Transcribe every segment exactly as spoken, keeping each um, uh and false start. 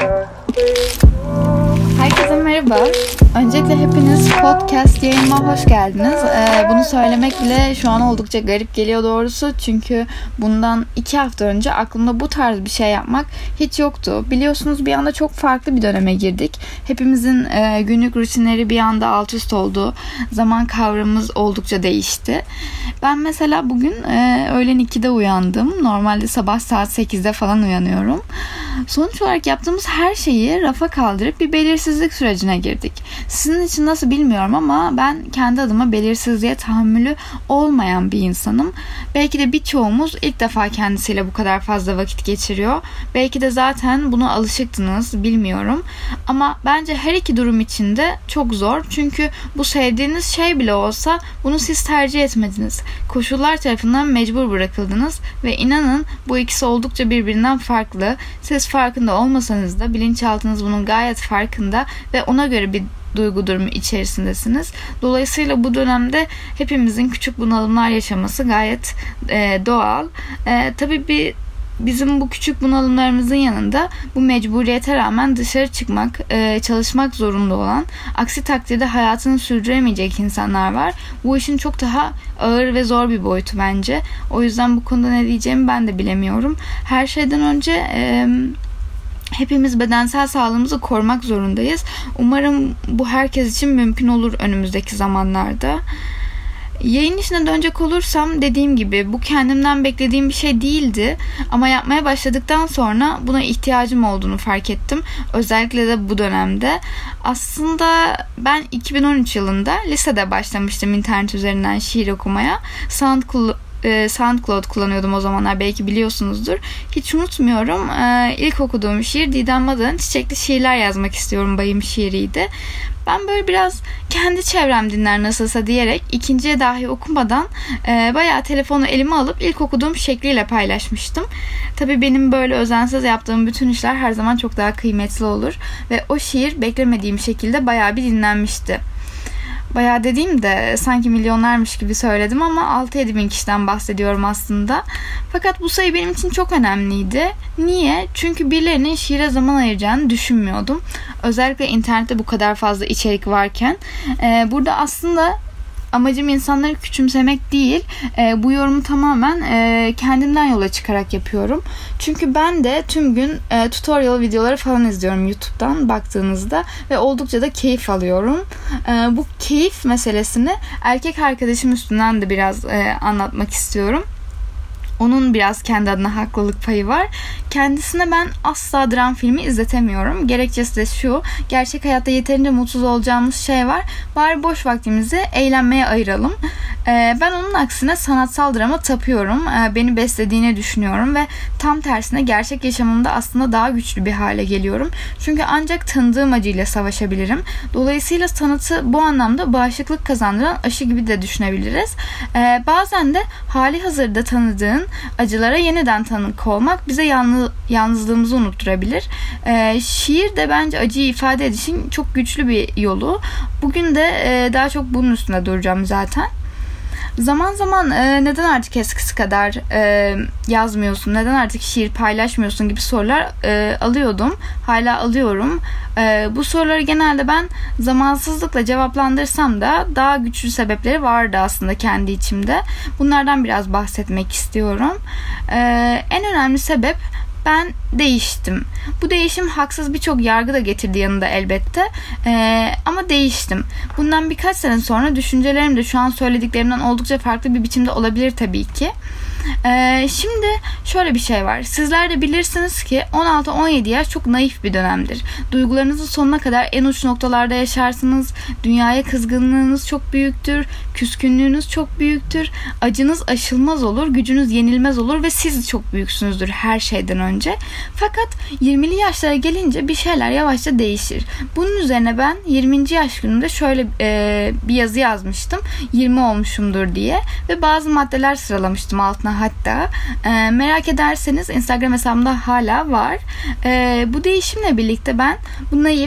Herkese merhaba. Öncelikle hepiniz podcast yayınıma hoş geldiniz. Ee, bunu söylemek bile şu an oldukça garip geliyor doğrusu. Çünkü bundan iki hafta önce aklımda bu tarz bir şey yapmak hiç yoktu. Biliyorsunuz bir anda çok farklı bir döneme girdik. Hepimizin e, günlük rutinleri bir anda alt üst oldu. Zaman kavramımız oldukça değişti. Ben mesela bugün e, öğlen ikide uyandım. Normalde sabah saat sekizde falan uyanıyorum. Sonuç olarak yaptığımız her şeyi rafa kaldırıp bir belirsizlik sürecine girdik. Sizin için nasıl bilmiyorum ama ben kendi adıma belirsizliğe tahammülü olmayan bir insanım. Belki de birçoğumuz ilk defa kendisiyle bu kadar fazla vakit geçiriyor. Belki de zaten buna alışıktınız, bilmiyorum. Ama bence her iki durum için de çok zor. Çünkü bu sevdiğiniz şey bile olsa bunu siz tercih etmediniz. Koşullar tarafından mecbur bırakıldınız ve inanın bu ikisi oldukça birbirinden farklı. Siz farkında olmasanız da bilinçaltınız bunun gayet farkında ve ona göre bir duygu durumu içerisindesiniz. Dolayısıyla bu dönemde hepimizin küçük bunalımlar yaşaması gayet e, doğal. E, tabii bir bizim bu küçük bunalımlarımızın yanında bu mecburiyete rağmen dışarı çıkmak, e, çalışmak zorunda olan, aksi takdirde hayatını sürdüremeyecek insanlar var. Bu işin çok daha ağır ve zor bir boyutu bence. O yüzden bu konuda ne diyeceğimi ben de bilemiyorum. Her şeyden önce e, hepimiz bedensel sağlığımızı korumak zorundayız. Umarım bu herkes için mümkün olur önümüzdeki zamanlarda. Yayın işine dönecek olursam dediğim gibi bu kendimden beklediğim bir şey değildi. Ama yapmaya başladıktan sonra buna ihtiyacım olduğunu fark ettim. Özellikle de bu dönemde. Aslında ben iki bin on üç yılında lisede başlamıştım internet üzerinden şiir okumaya. SoundCloud SoundCloud kullanıyordum o zamanlar, belki biliyorsunuzdur. Hiç unutmuyorum. Ee, ilk okuduğum şiir Didem Mada'nın Çiçekli Şiirler Yazmak İstiyorum bayım şiiriydi. Ben böyle biraz kendi çevrem dinler nasılsa diyerek ikinciye dahi okumadan e, bayağı telefonu elime alıp ilk okuduğum şekliyle paylaşmıştım. Tabii benim böyle özensiz yaptığım bütün işler her zaman çok daha kıymetli olur. Ve o şiir beklemediğim şekilde bayağı bir dinlenmişti. Bayağı dediğim de sanki milyonlarmış gibi söyledim ama altı yedi bin kişiden bahsediyorum aslında. Fakat bu sayı benim için çok önemliydi. Niye? Çünkü birilerinin şiire zaman ayıracağını düşünmüyordum. Özellikle internette bu kadar fazla içerik varken. Ee, burada aslında amacım insanları küçümsemek değil. E, bu yorumu tamamen e, kendimden yola çıkarak yapıyorum. Çünkü ben de tüm gün e, tutorial videoları falan izliyorum YouTube'dan baktığınızda ve oldukça da keyif alıyorum. E, bu keyif meselesini erkek arkadaşım üstünden de biraz e, anlatmak istiyorum. Onun biraz kendi adına haklılık payı var. Kendisine ben asla dram filmi izletemiyorum. Gerekçesi de şu: gerçek hayatta yeterince mutsuz olacağımız şey var. Bari boş vaktimizi eğlenmeye ayıralım. Ee, ben onun aksine sanatsal drama tapıyorum. Ee, beni beslediğini düşünüyorum ve tam tersine gerçek yaşamımda aslında daha güçlü bir hale geliyorum. Çünkü ancak tanıdığım acıyla savaşabilirim. Dolayısıyla sanatı bu anlamda bağışıklık kazandıran aşı gibi de düşünebiliriz. Ee, bazen de hali hazırda tanıdığın acılara yeniden tanık olmak bize yalnız, yalnızlığımızı unutturabilir. Ee, şiir de bence acıyı ifade edişin çok güçlü bir yolu. Bugün de e, daha çok bunun üstünde duracağım zaten. Zaman zaman e, neden artık eskisi kadar e, yazmıyorsun, neden artık şiir paylaşmıyorsun gibi sorular e, alıyordum. Hala alıyorum. E, bu soruları genelde ben zamansızlıkla cevaplandırsam da daha güçlü sebepleri vardı aslında kendi içimde. Bunlardan biraz bahsetmek istiyorum. E, en önemli sebep: ben değiştim. Bu değişim haksız birçok yargı da getirdi yanında elbette. Ee, ama değiştim. Bundan birkaç sene sonra düşüncelerim de şu an söylediklerimden oldukça farklı bir biçimde olabilir tabii ki. Ee, şimdi şöyle bir şey var. Sizler de bilirsiniz ki on altı on yedi yaş çok naif bir dönemdir. Duygularınızın sonuna kadar en uç noktalarda yaşarsınız. Dünyaya kızgınlığınız çok büyüktür. Küskünlüğünüz çok büyüktür. Acınız aşılmaz olur. Gücünüz yenilmez olur ve siz çok büyüksünüzdür her şeyden önce. Fakat yirmili yaşlara gelince bir şeyler yavaşça değişir. Bunun üzerine ben yirminci yaş günümde şöyle e, bir yazı yazmıştım. yirmi olmuşumdur diye ve bazı maddeler sıralamıştım altına hatta. E, merak ederseniz Instagram hesabımda hala var. E, bu değişimle birlikte ben bu naif,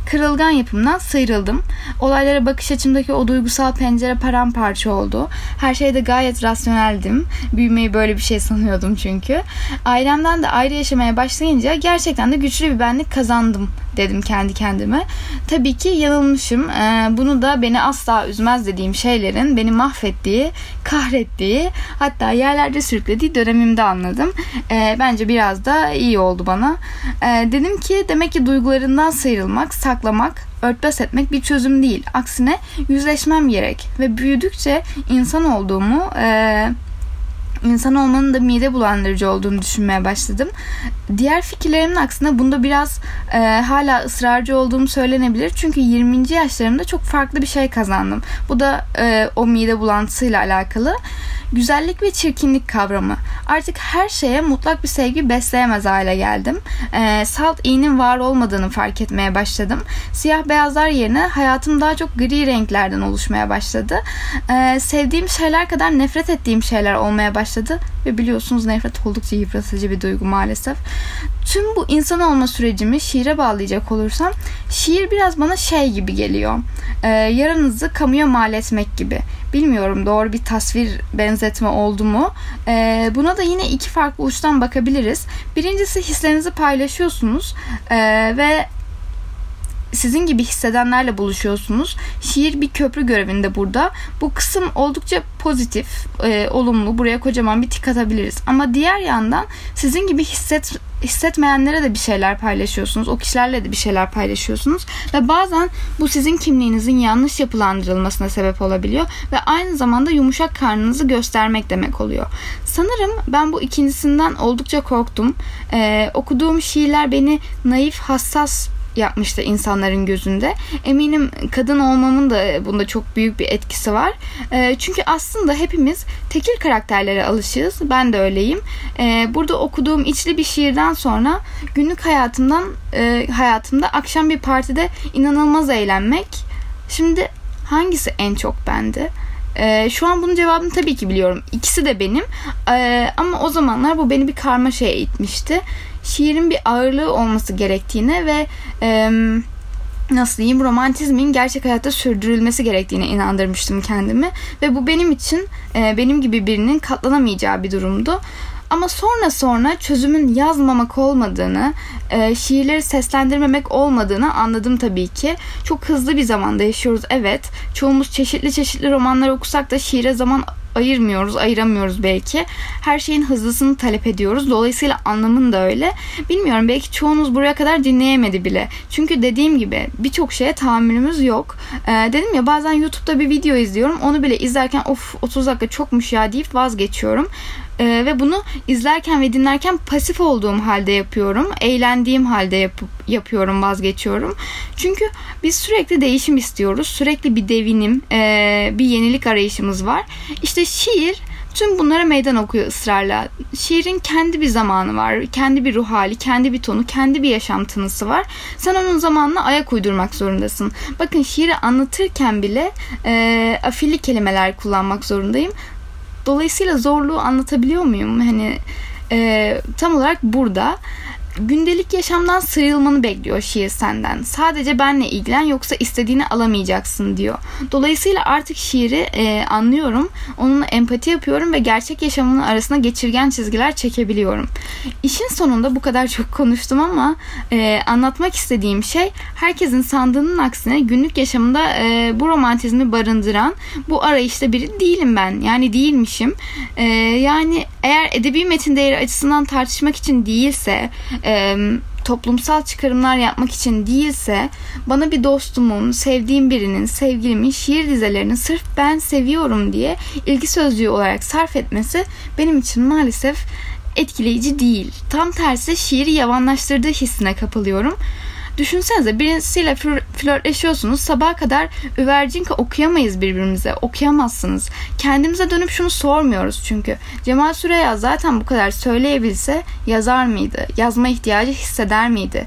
kırılgan yapımdan sıyrıldım. Olaylara bakış açımdaki o duygusal pencere paramparça oldu. Her şeyde gayet rasyoneldim. Büyümeyi böyle bir şey sanıyordum çünkü. Ailemden de ayrı yaşamaya başlayınca gerçekten de güçlü bir benlik kazandım dedim kendi kendime. Tabii ki yanılmışım. Ee, bunu da beni asla üzmez dediğim şeylerin beni mahvettiği, kahrettiği, hatta yerlerde sürüklediği dönemimde anladım. Ee, bence biraz da iyi oldu bana. Ee, dedim ki demek ki duygularından sıyrılmak, saklamak, örtbas etmek bir çözüm değil. Aksine yüzleşmem gerek. Ve büyüdükçe insan olduğumu, e, insan olmanın da mide bulandırıcı olduğunu düşünmeye başladım. Diğer fikirlerimin aksine bunda biraz e, hala ısrarcı olduğum söylenebilir. Çünkü yirminci yaşlarımda çok farklı bir şey kazandım. Bu da e, o mide bulantısıyla alakalı. Güzellik ve çirkinlik kavramı. Artık her şeye mutlak bir sevgi besleyemez hale geldim. E, salt iyinin var olmadığını fark etmeye başladım. Siyah beyazlar yerine hayatım daha çok gri renklerden oluşmaya başladı. E, sevdiğim şeyler kadar nefret ettiğim şeyler olmaya başladı. Ve biliyorsunuz nefret oldukça yıpratıcı bir duygu maalesef. Tüm bu insan olma sürecimi şiire bağlayacak olursam, şiir biraz bana şey gibi geliyor. E, yaranızı kamuya mal etmek gibi. Bilmiyorum doğru bir tasvir benzetme oldu mu? E, buna da yine iki farklı uçtan bakabiliriz. Birincisi hislerinizi paylaşıyorsunuz e, ve sizin gibi hissedenlerle buluşuyorsunuz. Şiir bir köprü görevinde burada. Bu kısım oldukça pozitif, e, olumlu. Buraya kocaman bir tik atabiliriz. Ama diğer yandan sizin gibi hisset hissetmeyenlere de bir şeyler paylaşıyorsunuz. O kişilerle de bir şeyler paylaşıyorsunuz. Ve bazen bu sizin kimliğinizin yanlış yapılandırılmasına sebep olabiliyor. Ve aynı zamanda yumuşak karnınızı göstermek demek oluyor. Sanırım ben bu ikincisinden oldukça korktum. Ee, okuduğum şiirler beni naif, hassas yapmıştı insanların gözünde. Eminim kadın olmamın da bunda çok büyük bir etkisi var. E, çünkü aslında hepimiz tekil karakterlere alışığız. Ben de öyleyim. E, burada okuduğum içli bir şiirden sonra günlük hayatımdan e, hayatımda akşam bir partide inanılmaz eğlenmek. Şimdi hangisi en çok bende? Ee, şu an bunun cevabını tabii ki biliyorum. İkisi de benim. Ee, ama o zamanlar bu beni bir karmaşaya itmişti. Şiirin bir ağırlığı olması gerektiğine ve e, nasıl diyeyim, romantizmin gerçek hayatta sürdürülmesi gerektiğine inandırmıştım kendimi. Ve bu benim için e, benim gibi birinin katlanamayacağı bir durumdu. Ama sonra sonra çözümün yazmamak olmadığını, e, şiirleri seslendirmemek olmadığını anladım tabii ki. Çok hızlı bir zamanda yaşıyoruz, evet. Çoğumuz çeşitli çeşitli romanlar okusak da şiire zaman ayırmıyoruz, ayıramıyoruz belki. Her şeyin hızlısını talep ediyoruz. Dolayısıyla anlamın da öyle. Bilmiyorum, belki çoğunuz buraya kadar dinleyemedi bile. Çünkü dediğim gibi birçok şeye tahammülümüz yok. Ee, dedim ya, bazen YouTube'da bir video izliyorum. Onu bile izlerken of otuz dakika çokmuş ya deyip vazgeçiyorum. Ee, ve bunu izlerken ve dinlerken pasif olduğum halde yapıyorum. Eğlendiğim halde yap- yapıyorum, vazgeçiyorum. Çünkü biz sürekli değişim istiyoruz. Sürekli bir devinim, e, bir yenilik arayışımız var. İşte şiir tüm bunlara meydan okuyor ısrarla. Şiirin kendi bir zamanı var. Kendi bir ruh hali, kendi bir tonu, kendi bir yaşam tınısı var. Sen onun zamanına ayak uydurmak zorundasın. Bakın, şiiri anlatırken bile e, afilli kelimeler kullanmak zorundayım. Dolayısıyla zorluğu anlatabiliyor muyum? Hani e, tam olarak burada. Gündelik yaşamdan sıyrılmanı bekliyor şiir senden. Sadece benle ilgilen, yoksa istediğini alamayacaksın diyor. Dolayısıyla artık şiiri e, anlıyorum. Onunla empati yapıyorum ve gerçek yaşamının arasına geçirgen çizgiler çekebiliyorum. İşin sonunda bu kadar çok konuştum ama e, anlatmak istediğim şey, herkesin sandığının aksine günlük yaşamında e, bu romantizmi barındıran bu arayışta biri değilim ben. Yani değilmişim. E, yani eğer edebi metin değeri açısından tartışmak için değilse, E, toplumsal çıkarımlar yapmak için değilse, bana bir dostumun, sevdiğim birinin, sevgilimin şiir dizelerini sırf ben seviyorum diye ilgi sözcüğü olarak sarf etmesi benim için maalesef etkileyici değil. Tam tersi, şiiri yavanlaştırdığı hissine kapılıyorum. Düşünsenize, birisiyle flörtleşiyorsunuz. Sabaha kadar üvercinka okuyamayız birbirimize. Okuyamazsınız. Kendimize dönüp şunu sormuyoruz çünkü. Cemal Süreya zaten bu kadar söyleyebilse yazar mıydı? Yazma ihtiyacı hisseder miydi?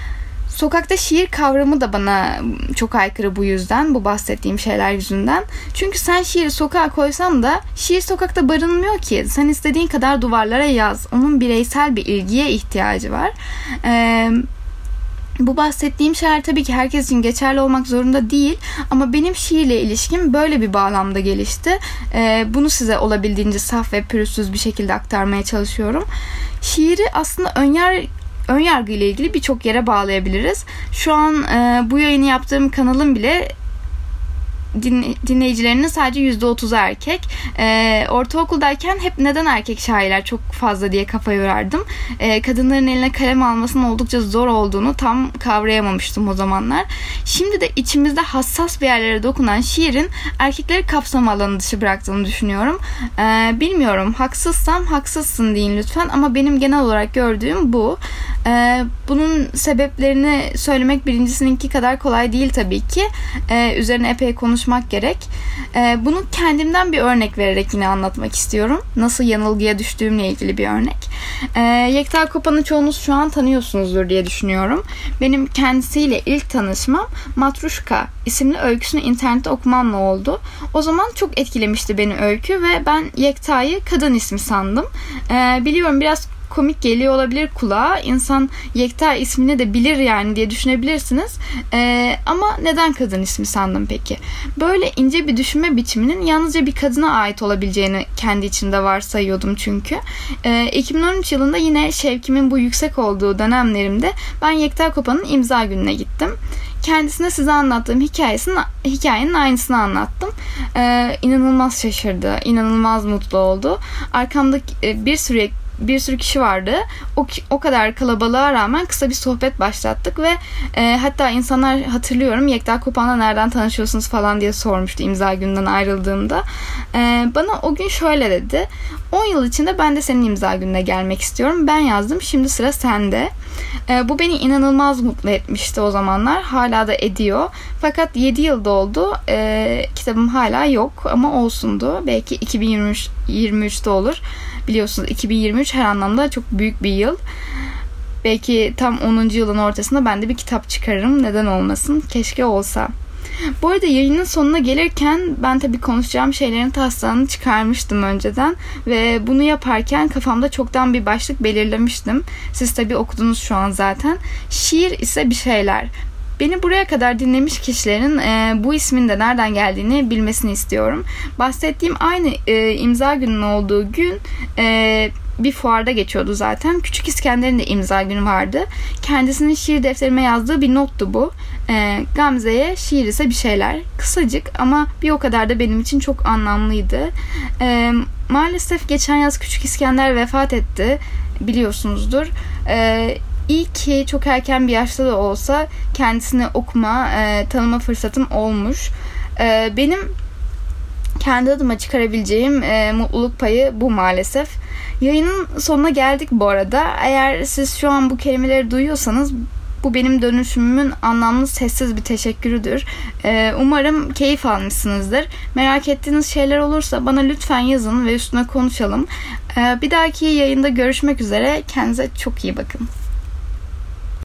Sokakta şiir kavramı da bana çok aykırı bu yüzden. Bu bahsettiğim şeyler yüzünden. Çünkü sen şiiri sokağa koysan da şiir sokakta barınmıyor ki. Sen istediğin kadar duvarlara yaz. Onun bireysel bir ilgiye ihtiyacı var. Eee... Bu bahsettiğim şeyler tabii ki herkes için geçerli olmak zorunda değil ama benim şiirle ilişkim böyle bir bağlamda gelişti. Ee, bunu size olabildiğince saf ve pürüzsüz bir şekilde aktarmaya çalışıyorum. Şiiri aslında önyar önyargı ile ilgili birçok yere bağlayabiliriz. Şu an e, bu yayını yaptığım kanalın bile dinleyicilerinin sadece yüzde otuzu erkek. Ee, ortaokuldayken hep neden erkek şairler çok fazla diye kafa yorardım. Ee, kadınların eline kalem almasının oldukça zor olduğunu tam kavrayamamıştım o zamanlar. Şimdi de içimizde hassas bir yerlere dokunan şiirin erkekleri kapsama alanı dışı bıraktığını düşünüyorum. Ee, bilmiyorum, haksızsam haksızsın deyin lütfen ama benim genel olarak gördüğüm bu. Ee, bunun sebeplerini söylemek birincisininki kadar kolay değil tabii ki. Ee, üzerine epey konuşmak gerek. Ee, bunu kendimden bir örnek vererek yine anlatmak istiyorum. Nasıl yanılgıya düştüğümle ilgili bir örnek. Ee, Yekta Kopan'ı çoğunuz şu an tanıyorsunuzdur diye düşünüyorum. Benim kendisiyle ilk tanışmam Matruşka isimli öyküsünü internette okumamla oldu. O zaman çok etkilemişti beni öykü ve ben Yekta'yı kadın ismi sandım. Ee, biliyorum biraz komik geliyor olabilir kulağa. İnsan Yekta ismini de bilir yani diye düşünebilirsiniz. Ee, ama neden kadın ismi sandım peki? Böyle ince bir düşünme biçiminin yalnızca bir kadına ait olabileceğini kendi içimde varsayıyordum çünkü. Ee, iki bin on üç yılında yine şevkimin bu yüksek olduğu dönemlerimde ben Yekta Kopan'ın imza gününe gittim. Kendisine size anlattığım hikayesinin, hikayenin aynısını anlattım. Ee, inanılmaz şaşırdı. İnanılmaz mutlu oldu. Arkamda bir sürü bir sürü kişi vardı. O, o kadar kalabalığa rağmen kısa bir sohbet başlattık ve e, hatta insanlar, hatırlıyorum, Yekta Kopan'la nereden tanışıyorsunuz falan diye sormuştu imza gününden ayrıldığımda. E, bana o gün şöyle dedi: on yıl içinde ben de senin imza gününe gelmek istiyorum. Ben yazdım, şimdi sıra sende. E, bu beni inanılmaz mutlu etmişti o zamanlar. Hala da ediyor. Fakat yedi yıl doldu. E, kitabım hala yok ama olsundu. Belki iki bin yirmi üçte olur. Biliyorsunuz iki bin yirmi üç her anlamda çok büyük bir yıl. Belki tam onuncu yılın ortasında ben de bir kitap çıkarırım. Neden olmasın? Keşke olsa. Bu arada yayının sonuna gelirken ben tabii konuşacağım şeylerin taslağını çıkarmıştım önceden. Ve bunu yaparken kafamda çoktan bir başlık belirlemiştim. Siz tabii okudunuz şu an zaten. Şiir ise bir şeyler. Beni buraya kadar dinlemiş kişilerin e, bu ismin de nereden geldiğini bilmesini istiyorum. Bahsettiğim aynı e, imza gününün olduğu gün e, bir fuarda geçiyordu zaten. Küçük İskender'in de imza günü vardı. Kendisinin şiir defterime yazdığı bir nottu bu. E, Gamze'ye şiir ise bir şeyler. Kısacık ama bir o kadar da benim için çok anlamlıydı. E, maalesef geçen yaz Küçük İskender vefat etti. Biliyorsunuzdur. E, İyi ki çok erken bir yaşta da olsa kendisini okuma, e, tanıma fırsatım olmuş. E, benim kendi adıma çıkarabileceğim e, mutluluk payı bu maalesef. Yayının sonuna geldik bu arada. Eğer siz şu an bu kelimeleri duyuyorsanız bu benim dönüşümümün anlamlı sessiz bir teşekkürüdür. Ee, umarım keyif almışsınızdır. Merak ettiğiniz şeyler olursa bana lütfen yazın ve üstüne konuşalım. Ee, bir dahaki yayında görüşmek üzere. Kendinize çok iyi bakın.